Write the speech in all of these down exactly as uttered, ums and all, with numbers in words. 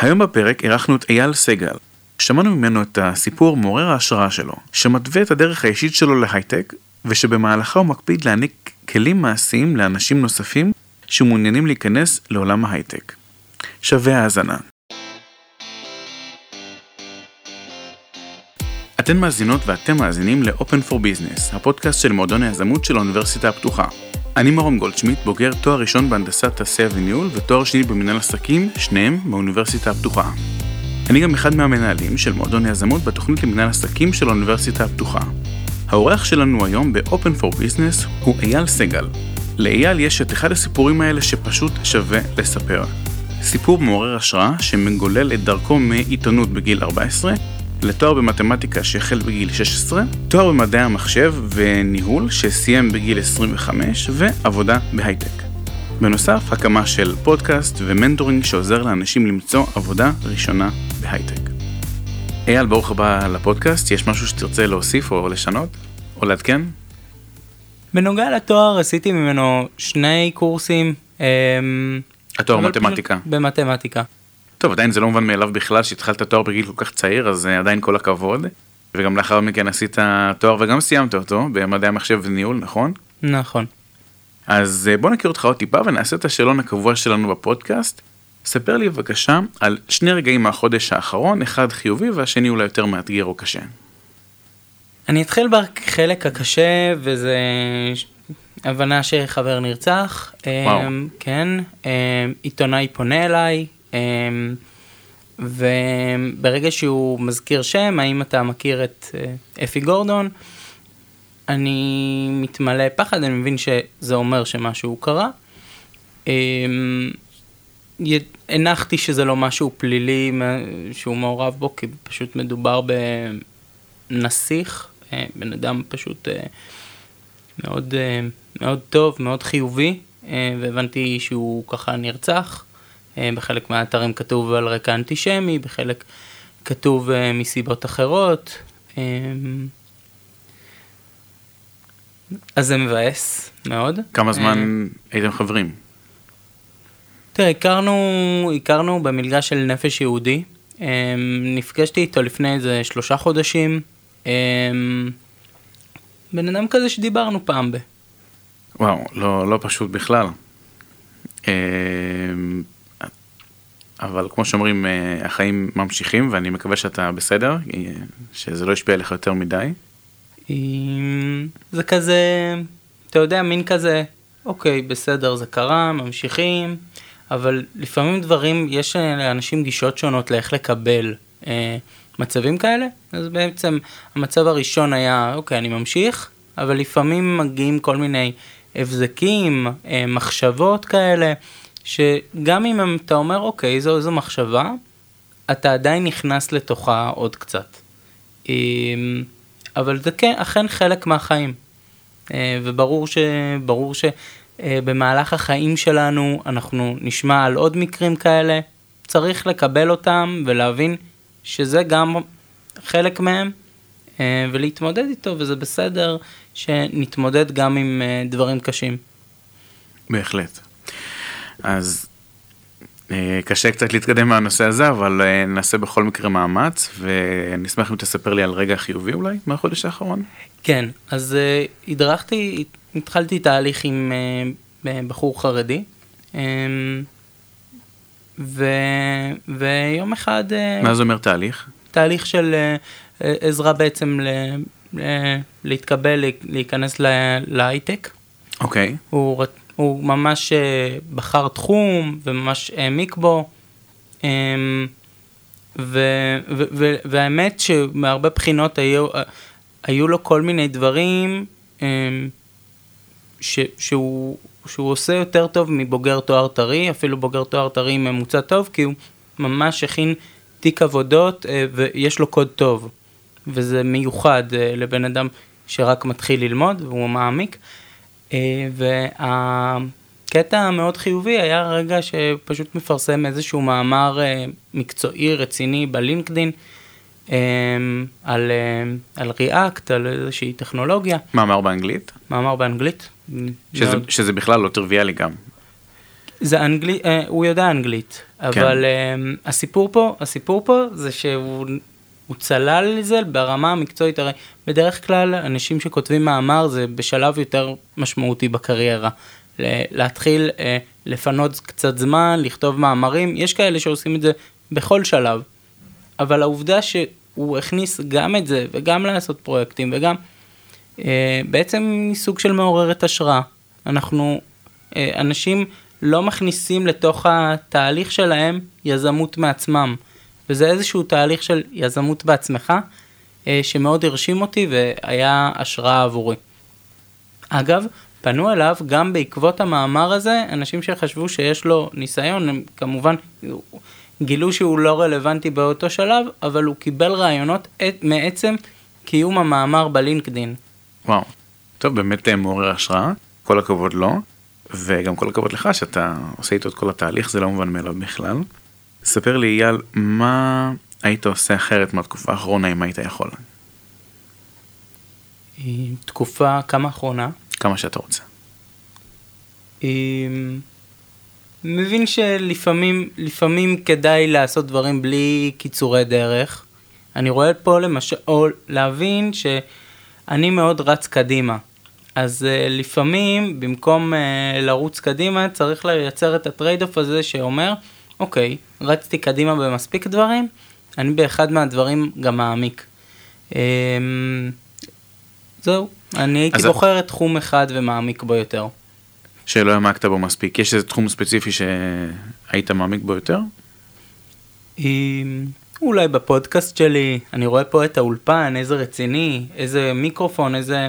היום בפרק אירחנו את אייל סגל. שמענו ממנו את הסיפור מעורר ההשראה שלו, שמתווה את הדרך האישית שלו להייטק, ושבמהלכה הוא מקפיד להעניק כלים מעשיים לאנשים נוספים שמעוניינים להיכנס לעולם ההייטק. שווה האזנה. אתן מאזינות ואתם מאזינים ל-Open for Business, הפודקאסט של מועדון היזמות של האוניברסיטה הפתוחה. אני מרום גולדשמיט, בוגר תואר ראשון בהנדסת תעשייה וניהול ותואר שני במנהל עסקים, שניהם באוניברסיטה הפתוחה. אני גם אחד מהמנהלים של מועדון היזמות בתוכנית למנהל עסקים של האוניברסיטה הפתוחה. האורח שלנו היום ב-Open for Business הוא אייל סגל. לאייל יש את אחד הסיפורים האלה שפשוט שווה לספר. סיפור מעורר השראה שמגולל את דרכו מעיתונות בגיל ארבע עשרה, לתואר במתמטיקה שהחל בגיל שש עשרה, תואר במדעי המחשב וניהול שסיים בגיל עשרים וחמש, ועבודה בהייטק. בנוסף, הקמה של פודקאסט ומנטורינג שעוזר לאנשים למצוא עבודה ראשונה בהייטק. אייל, ברוך הבא לפודקאסט. יש משהו שתרצה להוסיף או לשנות או לעדכן? בנוגע לתואר עשיתי ממנו שני קורסים. התואר מתמטיקה. במתמטיקה. טוב, עדיין זה לא מובן מאליו בכלל שהתחלת תואר בגיל כל כך צעיר, אז עדיין כל הכבוד. וגם לאחר מכן עשית תואר וגם סיימת אותו במדעי המחשב וניהול, נכון? נכון. אז בוא נכיר אותך עוד טיפה ונעשה את השאלון הקבוע שלנו בפודקאסט. ספר לי בבקשה על שני רגעים מהחודש האחרון, אחד חיובי והשני אולי יותר מאתגר או קשה. אני אתחיל בחלק הקשה, וזה הבנה שחבר נרצח. וואו. כן, עיתונאי פונה אליי, וברגע שהוא מזכיר שם, האם אתה מכיר את אפי גורדון, אני מתמלא פחד, אני מבין שזה אומר שמשהו קרה. הנחתי שזה לא משהו פלילי שהוא מעורב בו, כי פשוט מדובר בנסיך, בן אדם פשוט מאוד, מאוד טוב, מאוד חיובי, והבנתי שהוא ככה נרצח. בחלק מהאתרים כתוב על רקע אנטישמי, בחלק כתוב מסיבות אחרות. אז זה מבאס מאוד. כמה זמן הייתם חברים? תראה, הכרנו, הכרנו במלגה של נפש יהודי. נפגשתי איתו לפני איזה שלושה חודשים. בן אדם כזה שדיברנו פעם ב. וואו, לא, לא פשוט בכלל. אבל כמו שאומרים, החיים ממשיכים, ואני מקווה שאתה בסדר, שזה לא ישפיע עליך יותר מדי. זה כזה, אתה יודע, מין כזה, אוקיי, בסדר, זה קרה, ממשיכים, אבל לפעמים דברים, יש לאנשים גישות שונות לאיך לקבל אה, מצבים כאלה, אז בעצם המצב הראשון היה, אוקיי, אני ממשיך, אבל לפעמים מגיעים כל מיני הבזקים, אה, מחשבות כאלה, שגם אם אתה אומר, אוקיי, זו, זו מחשבה, אתה עדיין נכנס לתוכה עוד קצת. אה, אבל זה כן, אכן חלק מהחיים. וברור ש, ברור שבמהלך החיים שלנו אנחנו נשמע על עוד מקרים כאלה, צריך לקבל אותם ולהבין שזה גם חלק מהם, ולהתמודד איתו, וזה בסדר שנתמודד גם עם דברים קשים. בהחלט. אז קשה קצת להתקדם מהנושא הזה, אבל נעשה בכל מקרה מאמץ, ונשמח אם תספר לי על רגע חיובי אולי מהחודש האחרון. כן, אז הדרכתי, התחלתי תהליך עם בחור חרדי, ו, ויום אחד... מה זה אומר תהליך? תהליך של עזרה בעצם ל, ל, להתקבל, להיכנס להייטק. אוקיי. הוא הוא ממש בחר תחום וממש העמיק בו, ו, ו, ו, והאמת שמהרבה בחינות היו, היו לו כל מיני דברים ש, שהוא, שהוא עושה יותר טוב מבוגר תואר טרי, אפילו בוגר תואר טרי ממוצע טוב, כי הוא ממש הכין תיק עבודות ויש לו קוד טוב, וזה מיוחד לבן אדם שרק מתחיל ללמוד והוא מעמיק. והקטע המאוד חיובי היה רגע שפשוט מפרסם איזשהו מאמר מקצועי רציני בלינקדין על, על ריאקט, על איזושהי טכנולוגיה. מאמר באנגלית? מאמר באנגלית. שזה, שזה בכלל לא טריוויאלי גם. זה אנגלית, הוא יודע אנגלית. אבל כן. הסיפור פה, הסיפור פה זה שהוא הוא צלל לזה ברמה המקצועית, הרי בדרך כלל אנשים שכותבים מאמר זה בשלב יותר משמעותי בקריירה, להתחיל לפנות קצת זמן, לכתוב מאמרים, יש כאלה שעושים את זה בכל שלב, אבל העובדה שהוא הכניס גם את זה, וגם לעשות פרויקטים, וגם בעצם סוג של מעוררת השראה, אנחנו, אנשים לא מכניסים לתוך התהליך שלהם יזמות מעצמם, וזה איזשהו תהליך של יזמות בעצמך, שמאוד הרשים אותי והיה השראה עבורי. אגב, פנו אליו גם בעקבות המאמר הזה, אנשים שחשבו שיש לו ניסיון, הם כמובן גילו שהוא לא רלוונטי באותו שלב, אבל הוא קיבל רעיונות מעצם קיום המאמר בלינקדין. וואו, טוב, באמת מעורר השראה, כל הכבוד לו, וגם כל הכבוד לך שאתה עושה איתו את כל התהליך, זה לא מובן מאליו בכלל. ספר לי, אייל, מה היית עושה אחרת מהתקופה האחרונה, אם היית יכול? תקופה, כמה האחרונה? כמה שאתה רוצה. מבין שלפעמים, לפעמים כדאי לעשות דברים בלי קיצורי דרך. אני רואה פה למשל, או להבין שאני מאוד רץ קדימה. אז לפעמים, במקום לרוץ קדימה, צריך לייצר את הטרייד-אוף הזה שאומר, אוקיי, רצתי קדימה במספיק דברים, אני באחד מהדברים גם מעמיק. זהו, אני הייתי בוחר את תחום אחד ומעמיק בו יותר. שלא העמקת בו מספיק, יש איזה תחום ספציפי שהיית מעמיק בו יותר? אולי בפודקאסט שלי, אני רואה פה את האולפן, איזה רציני, איזה מיקרופון, איזה...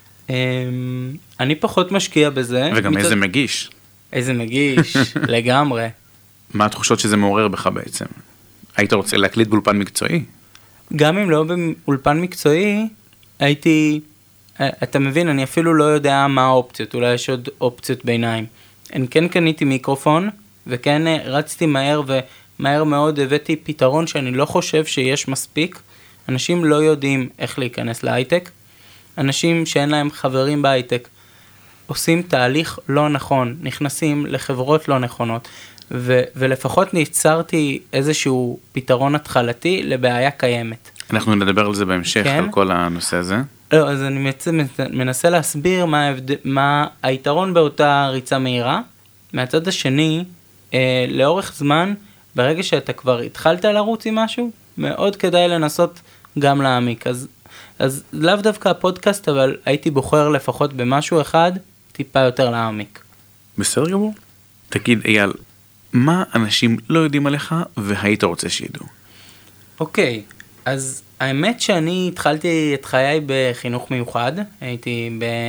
אני פחות משקיע בזה. וגם איזה מגיש. איזה מגיש, לגמרי. מה התחושות שזה מעורר בך בעצם? היית רוצה להקליט באולפן מקצועי? גם אם לא באולפן מקצועי, הייתי, אתה מבין, אני אפילו לא יודע מה האופציות, אולי יש עוד אופציות ביניים. אני כן קניתי מיקרופון, וכן רצתי מהר, ומהר מאוד הבאתי פתרון שאני לא חושב שיש מספיק. אנשים לא יודעים איך להיכנס להייטק. אנשים שאין להם חברים בהייטק, עושים תהליך לא נכון, נכנסים לחברות לא נכונות, ו- ולפחות ניצרתי איזשהו פתרון התחלתי לבעיה קיימת. אנחנו נדבר על זה בהמשך, כן? על כל הנושא הזה. לא, אז אני מנסה להסביר מה, ההבד... מה היתרון באותה ריצה מהירה. מהצד השני, אה, לאורך זמן, ברגע שאתה כבר התחלת לרוץ עם משהו, מאוד כדאי לנסות גם להעמיק. אז, אז לאו דווקא הפודקאסט, אבל הייתי בוחר לפחות במשהו אחד, טיפה יותר להעמיק. בסדר גמור. תגיד, אייל, מה אנשים לא יודעים עליך והיית רוצה שידעו? אוקיי, אז האמת שאני התחלתי את חיי בחינוך מיוחד, הייתי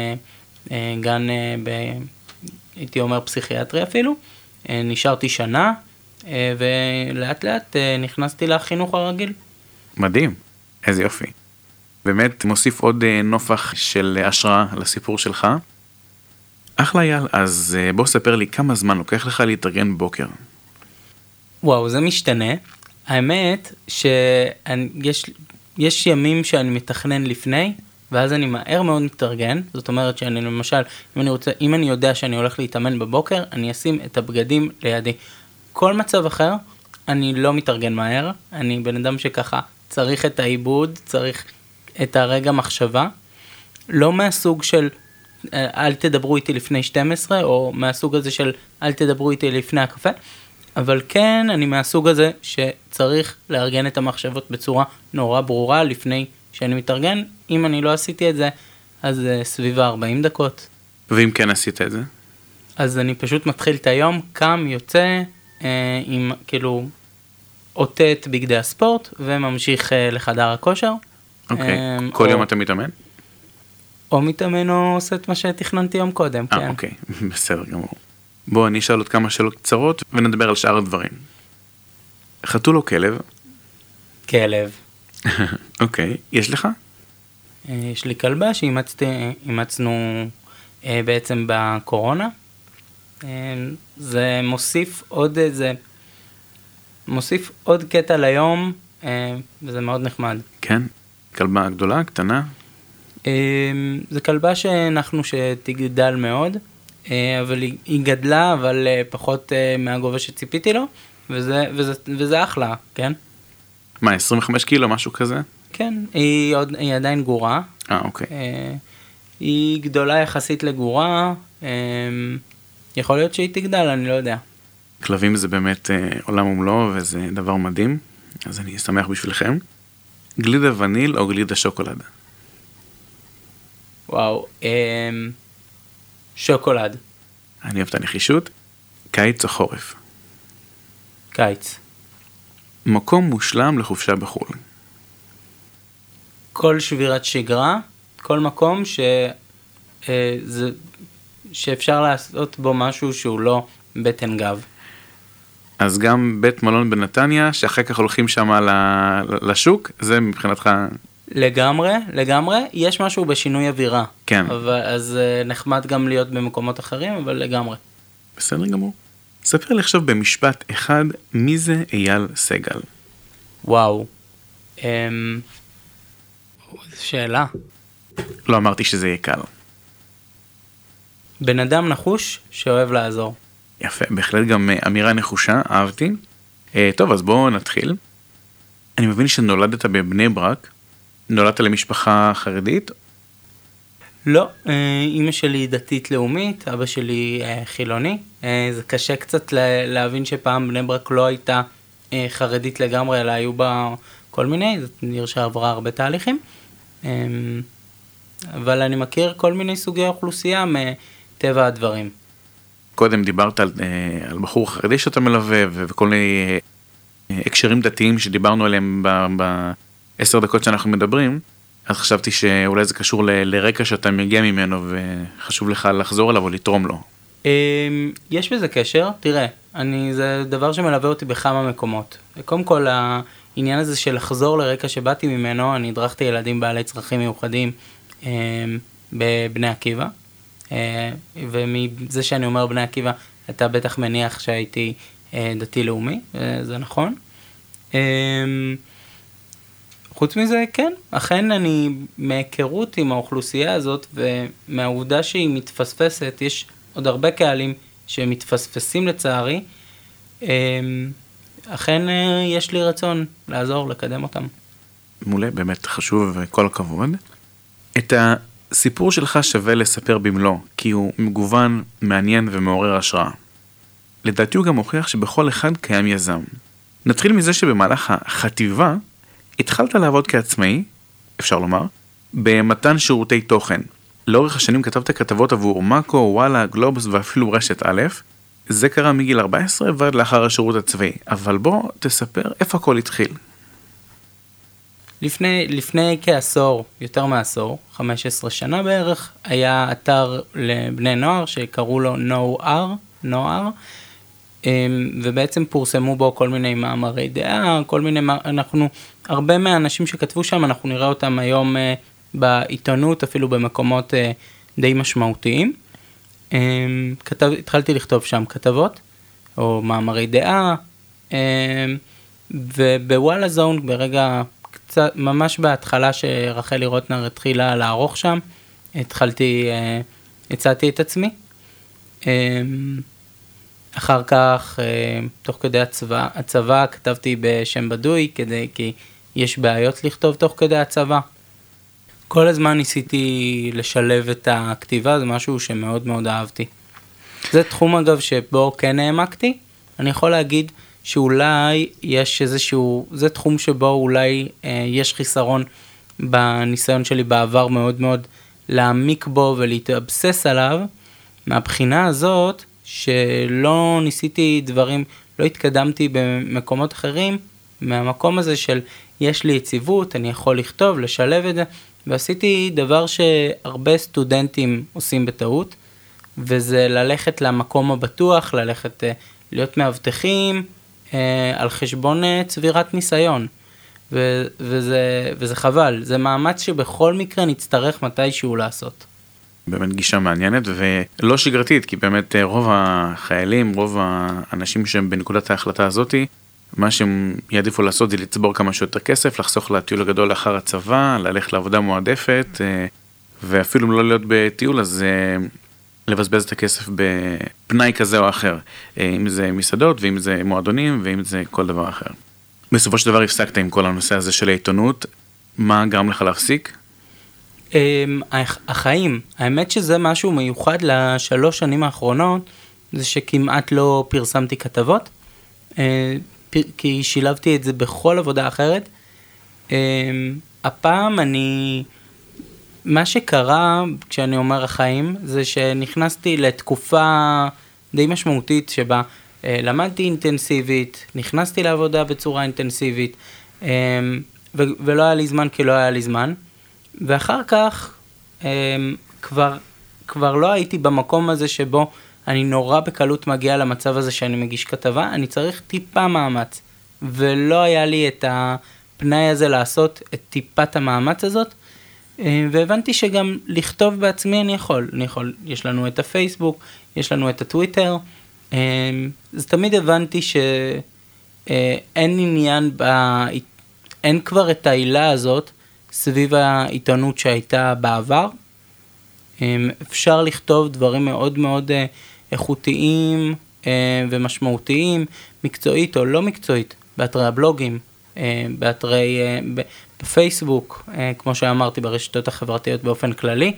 בגן, ב... הייתי אומר פסיכיאטרי אפילו, נשארתי שנה, ולאט לאט נכנסתי לחינוך הרגיל. מדהים, איזה יופי. באמת מוסיף עוד נופח של השראה לסיפור שלך. אחלה אייל, אז בוא ספר לי כמה זמן לוקח לך להתארגן בוקר. וואו, זה משתנה. האמת שיש יש ימים שאני מתכנן לפני, ואז אני מהר מאוד מתארגן. זאת אומרת שאני למשל, אם אני, רוצה, אם אני יודע שאני הולך להתאמן בבוקר, אני אשים את הבגדים לידי. כל מצב אחר, אני לא מתארגן מהר. אני בן אדם שככה צריך את העיבוד, צריך את הרגע מחשבה. לא מהסוג של אל תדברו איתי לפני שתים עשרה, או מהסוג הזה של אל תדברו איתי לפני הקפה, אבל כן, אני מהסוג הזה שצריך לארגן את המחשבות בצורה נורא ברורה לפני שאני מתארגן. אם אני לא עשיתי את זה, אז סביב ארבעים דקות. ואם כן עשית את זה? אז אני פשוט מתחיל את היום, קם, יוצא, אה, עם כאילו, עוטה את בגדי הספורט, וממשיך אה, לחדר הכושר. אוקיי, אה, כל או... יום אתה מתאמן? או מתאמן או עושה את מה שתכננתי יום קודם, אה, כן. אוקיי, בסדר גמור. בוא, אני אשאל עוד כמה שאלות קצרות, ונדבר על שאר הדברים. חתול או כלב? כלב. אוקיי, יש לך? יש לי כלבה שאימצנו בעצם בקורונה. זה מוסיף עוד איזה, מוסיף עוד קטע ליום, וזה מאוד נחמד. כן? כלבה גדולה, קטנה? זה כלבה שאנחנו שתגדל מאוד, אבל היא, היא גדלה, אבל פחות מהגובה שציפיתי לו. וזה, וזה, וזה אחלה, כן? מה, עשרים וחמש קילו, משהו כזה? כן, היא, עוד, היא עדיין גורה. אה, אוקיי. אה, היא גדולה יחסית לגורה, אה, יכול להיות שהיא תגדל, אני לא יודע. כלבים זה באמת אה, עולם ומלואו, וזה דבר מדהים, אז אני שמח בשבילכם. גלידה וניל או גלידה שוקולד? וואו, אה, שוקולד. אני אוהב את הנחישות. קיץ או חורף? קיץ. מקום מושלם לחופשה בחו"ל. כל שבירת שגרה, כל מקום ש, אה, זה, שאפשר לעשות בו משהו שהוא לא בטן גב. אז גם בית מלון בנתניה, שאחרי כך הולכים שם לשוק, זה מבחינתך... לגמרי, לגמרי. יש משהו בשינוי אווירה. כן. אבל, אז אה, נחמד גם להיות במקומות אחרים, אבל לגמרי. בסדר גמור. ספר לי עכשיו במשפט אחד, מי זה אייל סגל? וואו. אמ... שאלה. לא אמרתי שזה יהיה קל. בן אדם נחוש שאוהב לעזור. יפה, בהחלט גם אמירה נחושה, אהבתי. אה, טוב, אז בואו נתחיל. אני מבין שנולדת בבני ברק, נולדת למשפחה חרדית? לא, אה, אמא שלי דתית לאומית, אבא שלי אה, חילוני. אה, זה קשה קצת לה, להבין שפעם בני ברק לא הייתה אה, חרדית לגמרי, אלא היו בה כל מיני, זאת נראה שעברה הרבה תהליכים. אה, אבל אני מכיר כל מיני סוגי אוכלוסייה מטבע הדברים. קודם דיברת על, אה, על בחור חרדי שאתה מלווה, וכל מיני אה, הקשרים דתיים שדיברנו עליהם בעשר דקות שאנחנו מדברים, אז חשבתי שאולי זה קשור ל, לרקע שאתה מגיע ממנו, וחשוב לך לחזור אליו או לתרום לו. יש בזה קשר, תראה, אני, זה דבר שמלווה אותי בכמה מקומות. קודם כל, העניין הזה של לחזור לרקע שבאתי ממנו, אני הדרכתי ילדים בעלי צרכים מיוחדים בבני עקיבא, ומזה שאני אומר בני עקיבא, אתה בטח מניח שהייתי דתי לאומי, זה נכון. חוץ מזה, כן, אכן אני מהיכרות עם האוכלוסייה הזאת, ומהעובדה שהיא מתפספסת, יש עוד הרבה קהלים שמתפספסים לצערי, אכן יש לי רצון לעזור, לקדם אותם. מעולה, באמת חשוב וכל הכבוד. את הסיפור שלך שווה לספר במלוא, כי הוא מגוון, מעניין ומעורר השראה. לדעתי הוא גם מוכיח שבכל אחד קיים יזם. נתחיל מזה שבמהלך החטיבה, התחלת לעבוד כעצמאי, אפשר לומר, במתן שירותי תוכן. לאורך השנים כתבת כתבות עבור מקו, וואלה, גלובס ואפילו רשת א', זה קרה מגיל ארבע עשרה ועד לאחר השירות הצבאי. אבל בוא תספר איפה הכל התחיל. לפני, לפני כעשור, יותר מעשור, חמש עשרה שנה בערך, היה אתר לבני נוער שקראו לו נוער, נוער, ובעצם פורסמו בו כל מיני מאמרי דעה, כל מיני, אנחנו, הרבה מהאנשים שכתבו שם, אנחנו נראה אותם היום בעיתונות, אפילו במקומות די משמעותיים. כתב, התחלתי לכתוב שם כתבות, או מאמרי דעה, ובוואלה זון, ברגע קצת, ממש בהתחלה שרחלי רוטנר התחילה לערוך שם, התחלתי, הצעתי את עצמי. אחר כך, תוך כדי הצבא, הצבא כתבתי בשם בדוי, כדי, כי יש בעיות לכתוב תוך כדי הצבא. כל הזמן ניסיתי לשלב את הכתיבה, זה משהו שמאוד מאוד אהבתי. זה תחום אגב שבו כן העמקתי, אני יכול להגיד שאולי יש איזשהו, זה תחום שבו אולי אה, יש חיסרון בניסיון שלי בעבר מאוד מאוד להעמיק בו ולהתאבסס עליו, מהבחינה הזאת שלא ניסיתי דברים, לא התקדמתי במקומות אחרים, מהמקום הזה של יש לי יציבות, אני יכול לכתוב, לשלב את זה, ועשיתי דבר שהרבה סטודנטים עושים בטעות, וזה ללכת למקום הבטוח, ללכת להיות מאבטחים, על חשבון צבירת ניסיון, ו- וזה, וזה חבל, זה מאמץ שבכל מקרה נצטרך מתישהו לעשות. באמת גישה מעניינת ולא שגרתית, כי באמת רוב החיילים, רוב האנשים שהם בנקודת ההחלטה הזאת, מה שהם יעדיפו לעשות זה לצבור כמה שיותר כסף, לחסוך לטיול הגדול לאחר הצבא, ללכת לעבודה מועדפת, ואפילו לא להיות בטיול, אז לבזבז את הכסף בפנאי כזה או אחר, אם זה מסעדות ואם זה מועדונים ואם זה כל דבר אחר. בסופו של דבר הפסקת עם כל הנושא הזה של העיתונות, מה גרם לך להפסיק? החיים, האמת שזה משהו מיוחד לשלוש שנים האחרונות, זה שכמעט לא פרסמתי כתבות, כי שילבתי את זה בכל עבודה אחרת. הפעם אני, מה שקרה כשאני אומר החיים, זה שנכנסתי לתקופה די משמעותית שבה למדתי אינטנסיבית, נכנסתי לעבודה בצורה אינטנסיבית, ולא היה לי זמן כי לא היה לי זמן. ואחר כך כבר, כבר לא הייתי במקום הזה שבו אני נורא בקלות מגיע למצב הזה שאני מגיש כתבה, אני צריך טיפה מאמץ, ולא היה לי את הפנאי הזה לעשות את טיפת המאמץ הזאת, והבנתי שגם לכתוב בעצמי אני יכול, אני יכול, יש לנו את הפייסבוק, יש לנו את הטוויטר, אז תמיד הבנתי שאין עניין, בא, אין כבר את העילה הזאת סביב העיתונות שהייתה בעבר, אפשר לכתוב דברים מאוד מאוד איכותיים ומשמעותיים, מקצועית או לא מקצועית, באתרי הבלוגים, באתרי, בפייסבוק, כמו שאמרתי, ברשתות החברתיות באופן כללי,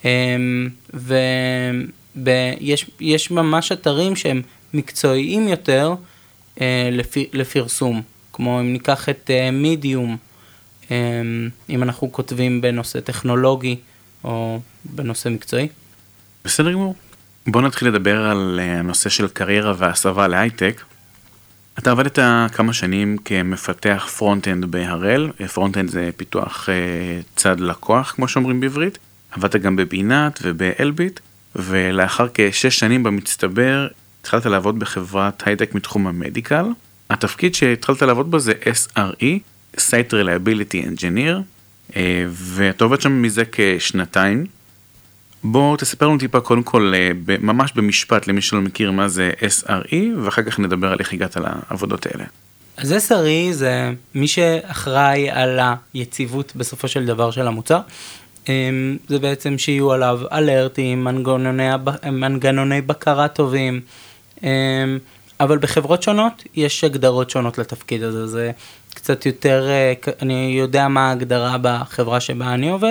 ויש ממש אתרים שהם מקצועיים יותר לפרסום, כמו אם ניקח את מידיום, אם אנחנו כותבים בנושא טכנולוגי או בנושא מקצועי. בסדר גמור. בוא נתחיל לדבר על הנושא של קריירה והסבה להייטק. אתה עבדת כמה שנים כמפתח פרונט-אנד בהראל, פרונט-אנד זה פיתוח צד לקוח, כמו שאומרים בעברית, עבדת גם בבינת ובאלביט, ולאחר כשש שנים במצטבר, התחלת לעבוד בחברת הייטק מתחום המדיקל. התפקיד שהתחלת לעבוד בו זה אס אר אי, Site Reliability Engineer, ואתה עובד שם מזה כשנתיים. בוא תספר לנו טיפה קודם כל, ממש במשפט למי שלא מכיר מה זה אס אר אי, ואחר כך נדבר על איך הגעת לעבודות האלה. אז אס אר אי זה מי שאחראי על היציבות בסופו של דבר של המוצר. זה בעצם שיהיו עליו אלרטים, מנגנוני, מנגנוני בקרה טובים, אבל בחברות שונות יש הגדרות שונות לתפקיד הזה. זה קצת יותר, אני יודע מה ההגדרה בחברה שבה אני עובד,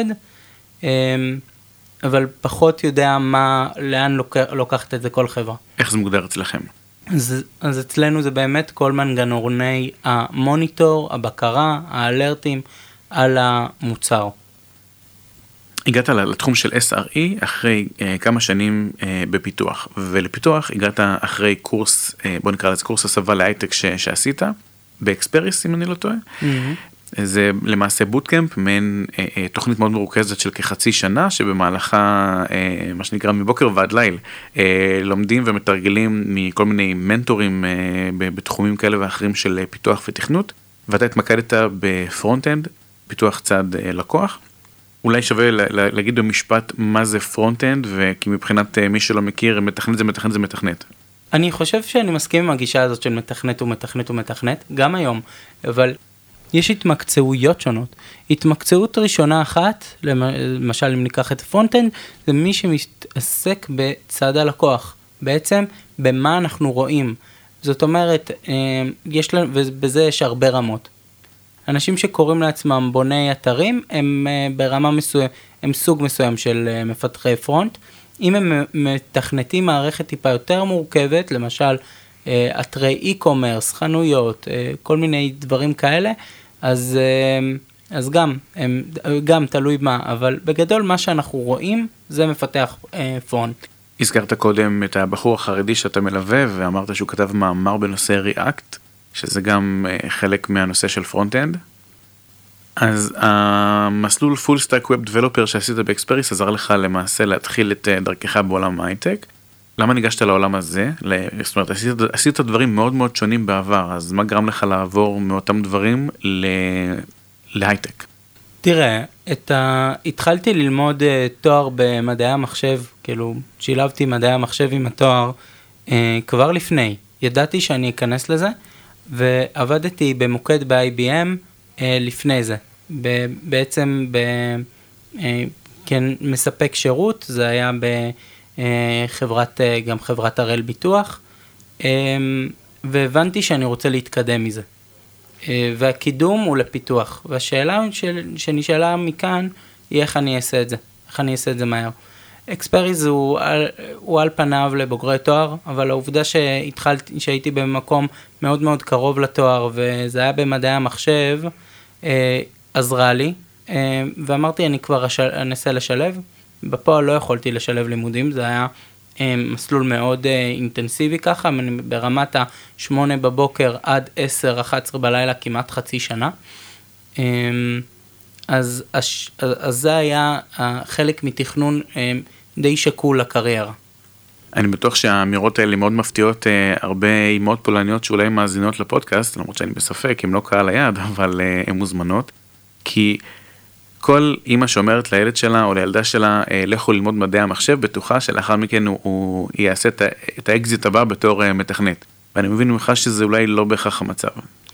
אבל פחות יודע מה, לאן לוקח, לוקחת את זה כל חברה. איך זה מוגדר אצלכם? אז, אז אצלנו זה באמת כל מנגנוני המוניטור, הבקרה, האלרטים על המוצר. הגעת לתחום של אס אר אי אחרי uh, כמה שנים uh, בפיתוח, ולפיתוח הגעת אחרי קורס, uh, בוא נקרא לזה קורס הסבה להייטק ש- שעשית, באקספריס אם אני לא טועה. Mm-hmm. זה למעשה בוטקאמפ, מעין uh, uh, תוכנית מאוד מרוכזת של כחצי שנה, שבמהלכה, uh, מה שנקרא מבוקר ועד ליל, uh, לומדים ומתרגלים מכל מיני מנטורים uh, בתחומים כאלה ואחרים של uh, פיתוח ותכנות, ואתה התמקדת בפרונט-אנד, פיתוח צד uh, לקוח. אולי שווה להגיד במשפט מה זה פרונט-אנד, וכי מבחינת מי שלא מכיר, מתכנת זה מתכנת זה מתכנת. אני חושב שאני מסכים עם הגישה הזאת של מתכנת ומתכנת ומתכנת, גם היום, אבל יש התמקצעויות שונות. התמקצעות ראשונה אחת, למשל אם ניקח את פרונט-אנד, זה מי שמתעסק בצד הלקוח, בעצם במה אנחנו רואים. זאת אומרת, יש לנו, ובזה יש הרבה רמות. אנשים שקוראים לעצמם בוני אתרים, הם ברמה מסוים, הם סוג מסוים של מפתחי פרונט. אם הם מתכנתים מערכת טיפה יותר מורכבת, למשל אתרי e-commerce, חנויות, כל מיני דברים כאלה, אז, אז גם, הם, גם תלוי מה, אבל בגדול מה שאנחנו רואים זה מפתח פרונט. הזכרת קודם את הבחור החרדי שאתה מלווה, ואמרת שהוא כתב מאמר בנושא React, שזה גם חלק מהנושא של פרונט-אנד. אז המסלול Full Stack Web Developer שעשית באקספריס עזר לך למעשה להתחיל את דרכך בעולם ההייטק. למה ניגשת לעולם הזה? זאת אומרת, עשית, עשית דברים מאוד מאוד שונים בעבר, אז מה גרם לך לעבור מאותם דברים ל... להייטק? תראה, את ה... התחלתי ללמוד תואר במדעי המחשב, כאילו שילבתי מדעי המחשב עם התואר כבר לפני. ידעתי שאני אכנס לזה, ועבדתי במוקד ב-איי בי אם אה, לפני זה. ב- בעצם ב- אה, כן, מספק שירות, זה היה חברת, גם חברת הראל ביטוח, והבנתי שאני רוצה להתקדם מזה. והקידום הוא לפיתוח, והשאלה שנשאלה מכאן היא איך אני אעשה את זה, איך אני אעשה את זה מהר. אקספריז הוא, הוא על פניו לבוגרי תואר, אבל העובדה שהתחלתי, שהייתי במקום מאוד מאוד קרוב לתואר, וזה היה במדעי המחשב, עזרה לי, ואמרתי אני כבר אנסה לשלב, בפועל לא יכולתי לשלב לימודים, זה היה מסלול מאוד אינטנסיבי ככה, ברמת ה-שמונה בבוקר עד עשר אחת עשרה בלילה, כמעט חצי שנה. אז, אז, אז זה היה חלק מתכנון די שקול לקריירה. אני בטוח שהאמירות האלה מאוד מפתיעות הרבה אימהות פולניות שאולי מאזינות לפודקאסט, למרות שאני בספק, הם לא קהל היעד, אבל הן מוזמנות, כי כל אימא שאומרת לילד שלה או לילדה שלה, לכו ללמוד מדעי המחשב, בטוחה שלאחר מכן הוא, הוא יעשה את, את האקזיט הבא בתור מתכנת. ואני מבין ממך שזה אולי לא בהכרח המצב.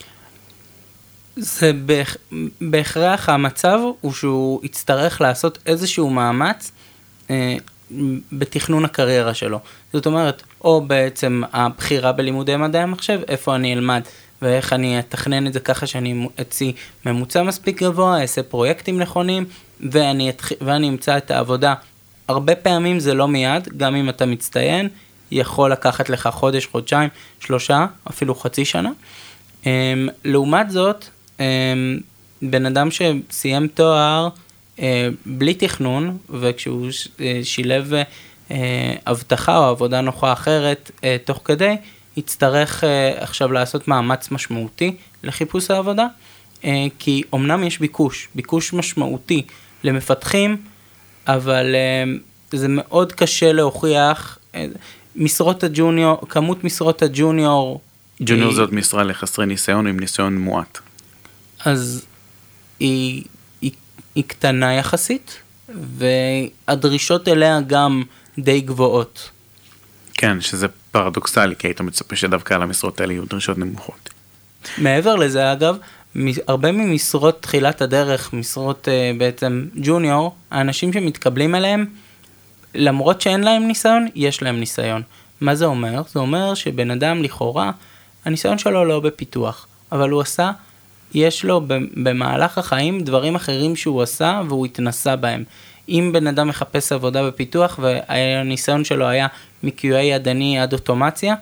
זה בהכ... בהכרח המצב הוא שהוא יצטרך לעשות איזשהו מאמץ אה, בתכנון הקריירה שלו. זאת אומרת, או בעצם הבחירה בלימודי מדעי המחשב, איפה אני אלמד, ואיך אני אתכנן את זה ככה שאני אציא ממוצע מספיק גבוה, אעשה פרויקטים נכונים, ואני, אתח... ואני אמצא את העבודה. הרבה פעמים זה לא מיד, גם אם אתה מצטיין, יכול לקחת לך חודש, חודשיים, שלושה, אפילו חצי שנה. Um, לעומת זאת, um, בן אדם שסיים תואר uh, בלי תכנון, וכשהוא ש, uh, שילב uh, הבטחה או עבודה נוחה אחרת uh, תוך כדי, יצטרך uh, עכשיו לעשות מאמץ משמעותי לחיפוש העבודה, uh, כי אומנם יש ביקוש, ביקוש משמעותי למפתחים, אבל uh, זה מאוד קשה להוכיח uh, משרות הג'וניור, כמות משרות הג'וניור, ג'וניור זאת משרה לחסרי ניסיון עם ניסיון מועט. אז היא, היא, היא קטנה יחסית, והדרישות אליה גם די גבוהות. כן, שזה פרדוקסלי, כי היית מצפה שדווקא על המשרות האלה יהיו דרישות נמוכות. מעבר לזה, אגב, הרבה ממשרות תחילת הדרך, משרות uh, בעצם ג'וניור, האנשים שמתקבלים אליהם, למרות שאין להם ניסיון, יש להם ניסיון. מה זה אומר? זה אומר שבן אדם לכאורה, הניסיון שלו לא בפיתוח, אבל הוא עשה, יש לו במהלך החיים דברים אחרים שהוא עשה והוא התנסה בהם. אם בן אדם מחפש עבודה בפיתוח והניסיון שלו היה מ-קיו איי ידני עד אוטומציה,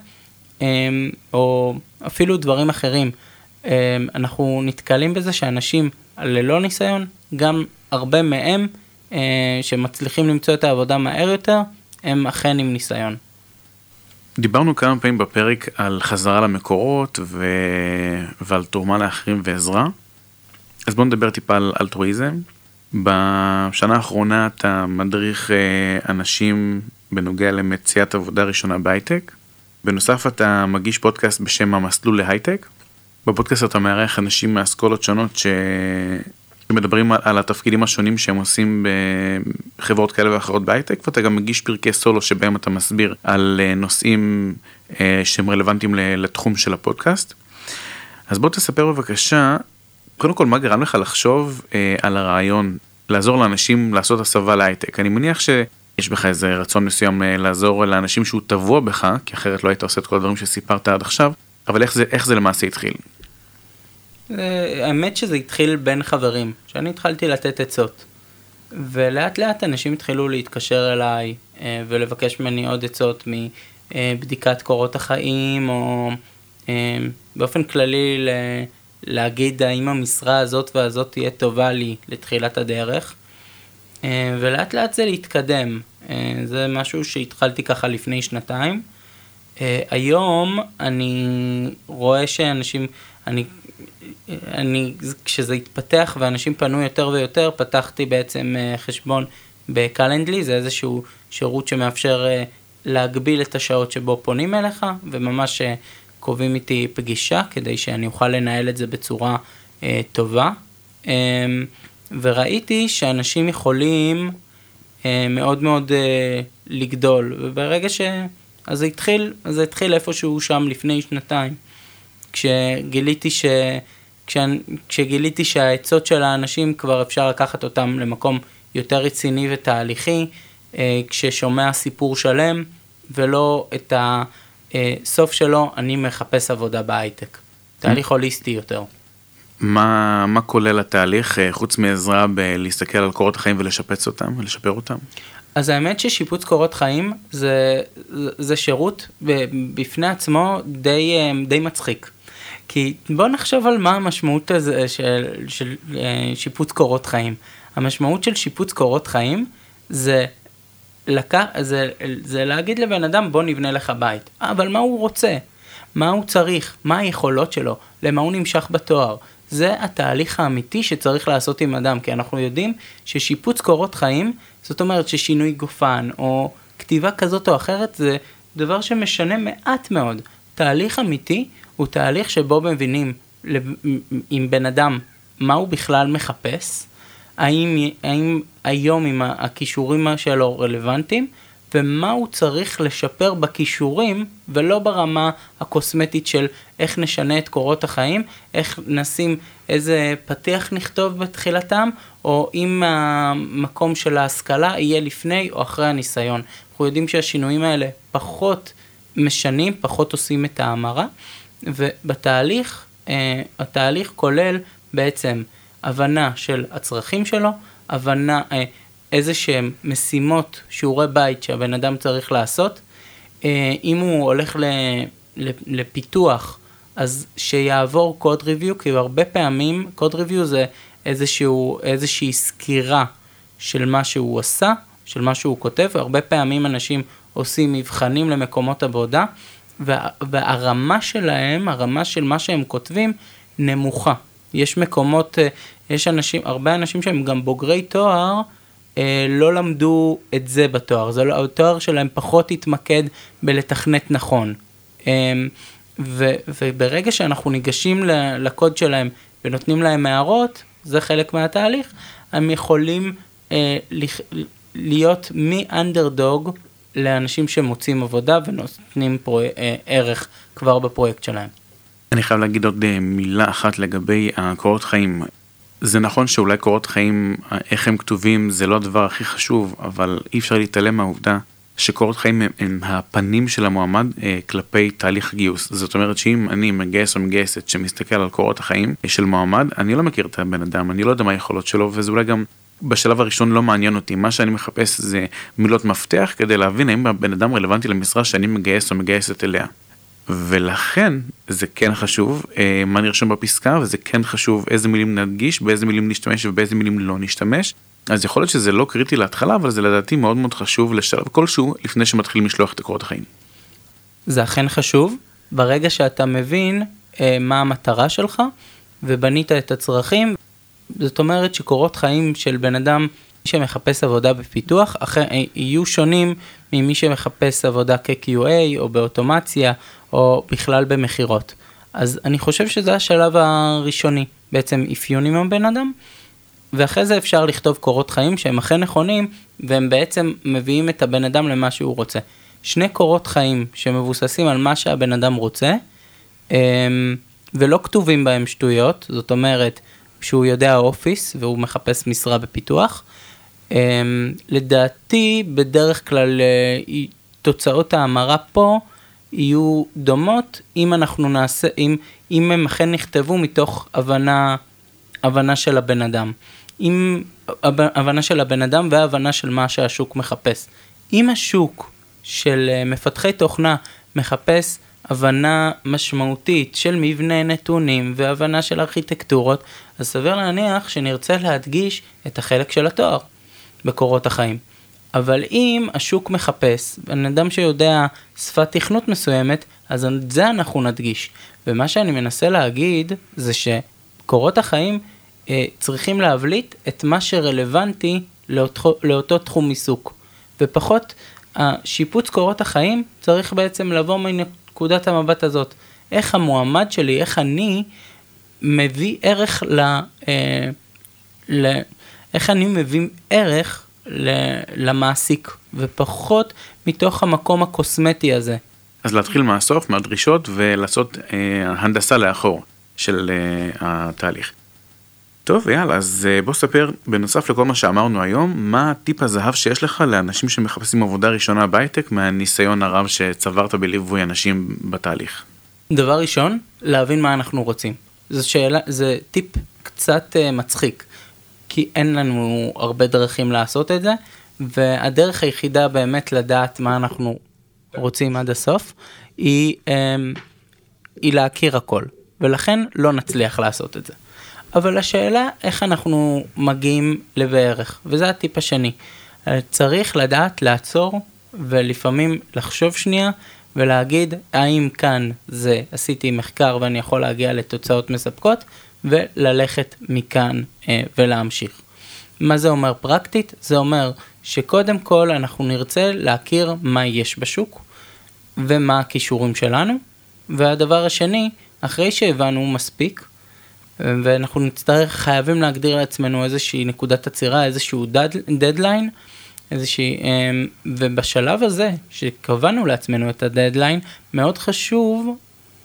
או אפילו דברים אחרים, אנחנו נתקלים בזה שאנשים ללא ניסיון, גם הרבה מהם שמצליחים למצוא את העבודה מהר יותר, הם אכן עם ניסיון. דיברנו כמה פעמים בפרק על חזרה למקורות ו... ועל תרומה לאחרים ועזרה. אז בואו נדבר טיפה על אלטרואיזם. בשנה האחרונה אתה מדריך אנשים בנוגע למציאת עבודה ראשונה בהייטק. בנוסף אתה מגיש פודקאסט בשם המסלול להייטק. בפודקאסט אתה מארח אנשים מאסכולות שונות ש... שמדברים על התפקידים השונים שהם עושים בחברות כאלה ואחרות בהייטק, ואתה גם מגיש פרקי סולו שבהם אתה מסביר על נושאים שהם רלוונטיים לתחום של הפודקאסט. אז בוא תספר בבקשה, קודם כל מה גרם לך לחשוב על הרעיון לעזור לאנשים לעשות הסבה להייטק. אני מניח שיש בך איזה רצון מסוים לעזור לאנשים שהוא טבוע בך, כי אחרת לא היית עושה את כל הדברים שסיפרת עד עכשיו, אבל איך זה, איך זה למעשה התחיל? האמת שזה התחיל בין חברים, שאני התחלתי לתת עצות, ולאט לאט אנשים התחילו להתקשר אליי ולבקש ממני עוד עצות מבדיקת קורות החיים, או באופן כללי להגיד האם המשרה הזאת והזאת תהיה טובה לי לתחילת הדרך, ולאט לאט זה להתקדם. זה משהו שהתחלתי ככה לפני שנתיים. היום אני רואה שאנשים, אני אני, כשזה התפתח ואנשים פנו יותר ויותר, פתחתי בעצם חשבון בקלנדלי, זה איזשהו שירות שמאפשר להגביל את השעות שבו פונים אליך, וממש קובעים איתי פגישה, כדי שאני אוכל לנהל את זה בצורה אה, טובה. אה, וראיתי שאנשים יכולים אה, מאוד מאוד אה, לגדול, וברגע ש... אז זה התחיל, אז זה התחיל איפשהו שם לפני שנתיים, כשגיליתי ש... כשגיליתי שהעצות של האנשים כבר אפשר לקחת אותם למקום יותר רציני ותהליכי, כששומע סיפור שלם, ולא את הסוף שלו, אני מחפש עבודה בהייטק. תהליך הוליסטי יותר. מה, מה כולל התהליך, חוץ מעזרה בלהסתכל על קורות החיים ולשפץ אותם, ולשפר אותם? אז האמת ששיפוץ קורות חיים זה, זה שירות בפני עצמו די, די מצחיק. כי בוא נחשוב על מה המשמעות הזה של, של שיפוץ קורות חיים. המשמעות של שיפוץ קורות חיים זה, לקח, זה, זה להגיד לבן אדם בוא נבנה לך בית. אבל מה הוא רוצה? מה הוא צריך? מה היכולות שלו? למה הוא נמשך בתואר? זה התהליך האמיתי שצריך לעשות עם אדם, כי אנחנו יודעים ששיפוץ קורות חיים, זאת אומרת ששינוי גופן או כתיבה כזאת או אחרת, זה דבר שמשנה מעט מאוד. תהליך אמיתי הוא תהליך שבו מבינים עם בן אדם מה הוא בכלל מחפש, האם, האם היום עם הכישורים שלו רלוונטיים, ומה הוא צריך לשפר בכישורים, ולא ברמה הקוסמטית של איך נשנה את קורות החיים, איך נשים איזה פתיח נכתוב בתחילתם, או אם המקום של ההשכלה יהיה לפני או אחרי הניסיון. אנחנו יודעים שהשינויים האלה פחות משנים, פחות עושים את ההמרה, ובתהליך, התהליך כולל בעצם הבנה של הצרכים שלו, הבנה איזה שהם משימות, שיעורי בית שהבן אדם צריך לעשות. אם הוא הולך לפיתוח, אז שיעבור קוד ריוויו, כי הרבה פעמים קוד ריוויו זה איזשהו, איזושהי סקירה של מה שהוא עשה, של מה שהוא כותב, והרבה פעמים אנשים עושים מבחנים למקומות עבודה, וה, והרמה שלהם, הרמה של מה שהם כותבים, נמוכה. יש מקומות, יש אנשים, הרבה אנשים שהם גם בוגרי תואר, לא למדו את זה בתואר, זה לא, התואר שלהם פחות התמקד בלתכנת נכון. ו, וברגע שאנחנו ניגשים לקוד שלהם ונותנים להם הערות, זה חלק מהתהליך, הם יכולים להיות מ-underdog לאנשים שמוצאים עבודה ונותנים פרו, ערך כבר בפרויקט שלהם. אני חייב להגיד עוד מילה אחת לגבי הקורות חיים. זה נכון שאולי קורות חיים, איך הם כתובים, זה לא הדבר הכי חשוב, אבל אי אפשר להתעלם מהעובדה שקורות חיים הם, הם הפנים של המועמד אה, כלפי תהליך גיוס. זאת אומרת שאם אני מגייס או מגייסת שמסתכל על קורות החיים של מועמד, אני לא מכיר את הבן אדם, אני לא יודע מה היכולות שלו, וזה אולי גם בשלב הראשון לא מעניין אותי. מה שאני מחפש זה מילות מפתח כדי להבין האם הבן אדם רלוונטי למשרה שאני מגייס או מגייסת אליה. ולכן זה כן חשוב אה, מה נרשום בפסקה, וזה כן חשוב איזה מילים נדגיש, באיזה מילים נשתמש ובאיזה מילים לא נשתמש. אז יכול להיות שזה לא קריטי להתחלה, אבל זה לדעתי מאוד מאוד חשוב לשלב כלשהו לפני שמתחילים לשלוח את קורות החיים. זה אכן חשוב, ברגע שאתה מבין אה, מה המטרה שלך, ובנית את הצרכים, זאת אומרת שקורות חיים של בן אדם שמחפש עבודה בפיתוח, אחרי, יהיו שונים ממי שמחפש עבודה כ-קיו איי או באוטומציה, או בכלל במחירות. אז אני חושב שזה השלב הראשוני, בעצם אפיונים עם בן אדם, ואחרי זה אפשר לכתוב קורות חיים שהם אכן נכונים, והם בעצם מביאים את הבן אדם למה שהוא רוצה. שני קורות חיים שמבוססים על מה שהבן אדם רוצה, ולא כתובים בהם שטויות, זאת אומרת, שהוא יודע אופיס, והוא מחפש משרה בפיתוח. לדעתי, בדרך כלל, תוצאות ההמרה פה, יהיו דומות, אם אנחנו נעשה, אם, אם הם אכן נכתבו מתוך הבנה, הבנה של הבן אדם. אם הבנה של הבן אדם והבנה של מה שהשוק מחפש. אם השוק של מפתחי תוכנה מחפש הבנה משמעותית של מבנה נתונים והבנה של ארכיטקטורות, אז סביר להניח שנרצה להדגיש את החלק של התואר בקורות החיים. אבל אם השוק מחפש, בן אדם שיודע שפת תכנות מסוימת, אז את זה אנחנו נדגיש. ומה שאני מנסה להגיד זה שקורות החיים אה, צריכים להבליט את מה שרלוונטי לאותו, לאותו תחום עיסוק. ופחות השיפוץ קורות החיים צריך בעצם לבוא מנקודת המבט הזאת. איך המועמד שלי, איך אני מביא ערך ל... אה, ל איך אני מביא ערך למעסיק, ופחות מתוך המקום הקוסמטי הזה. אז להתחיל מהסוף, מהדרישות, ולעשות אה, הנדסה לאחור של אה, התהליך. טוב, יאללה, אז בוא ספר, בנוסף לכל מה שאמרנו היום, מה הטיפ הזהב שיש לך לאנשים שמחפשים עבודה ראשונה בהייטק, מהניסיון הרב שצברת בליווי אנשים בתהליך? דבר ראשון, להבין מה אנחנו רוצים. זו שאלה, זה טיפ קצת uh, מצחיק, כי אין לנו הרבה דרכים לעשות את זה, והדרך היחידה באמת לדעת מה אנחנו רוצים עד הסוף, היא, um, היא להכיר הכל, ולכן לא נצליח לעשות את זה. אבל השאלה איך אנחנו מגיעים לבערך, וזה הטיפ השני. צריך לדעת לעצור ולפעמים לחשוב שנייה ולהגיד האם כאן זה עשיתי מחקר ואני יכול להגיע לתוצאות מספקות וללכת מכאן אה, ולהמשיך. מה זה אומר פרקטית? זה אומר שקודם כל אנחנו נרצה להכיר מה יש בשוק ומה הכישורים שלנו, והדבר השני, אחרי שהבנו מספיק, ואנחנו נצטרך, חייבים להגדיר לעצמנו איזושהי נקודת עצירה, איזשהו דדליין, איזושהי, ובשלב הזה, שקבענו לעצמנו את הדדליין, מאוד חשוב,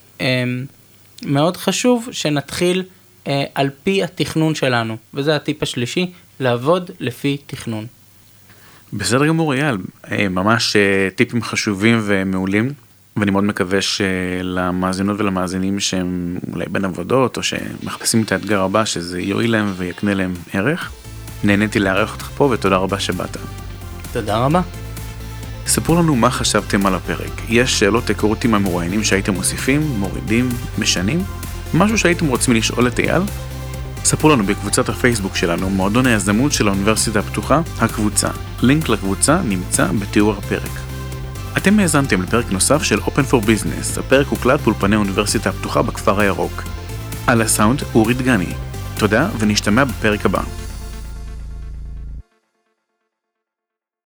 מאוד חשוב שנתחיל על פי התכנון שלנו, וזה הטיפ השלישי, לעבוד לפי תכנון. בסדר גמור, אייל, ממש טיפים חשובים ומעולים, ואני מאוד מקווה שלמאזינות ולמאזינים שהם אולי בין עבודות, או שמחפשים את האתגר הבא, שזה יועיל להם ויקנה להם ערך. נהניתי לארח אותך פה, ותודה רבה שבאת. תודה רבה. ספרו לנו מה חשבתם על הפרק. יש שאלות היכרות עם המרואיינים שהייתם מוסיפים, מורידים, משנים? משהו שהייתם רוצים לשאול את אייל? ספרו לנו בקבוצת הפייסבוק שלנו, מועדון היזמות של האוניברסיטה הפתוחה, הקבוצה. לינק לקבוצה נמצא בתיאור הפרק. אתם האזנתם לפרק נוסף של Open for Business, הפרק הוקלט באולפני האוניברסיטה הפתוחה בכפר הירוק. על הסאונד אורי דגני. תודה ונשתמע בפרק הבא.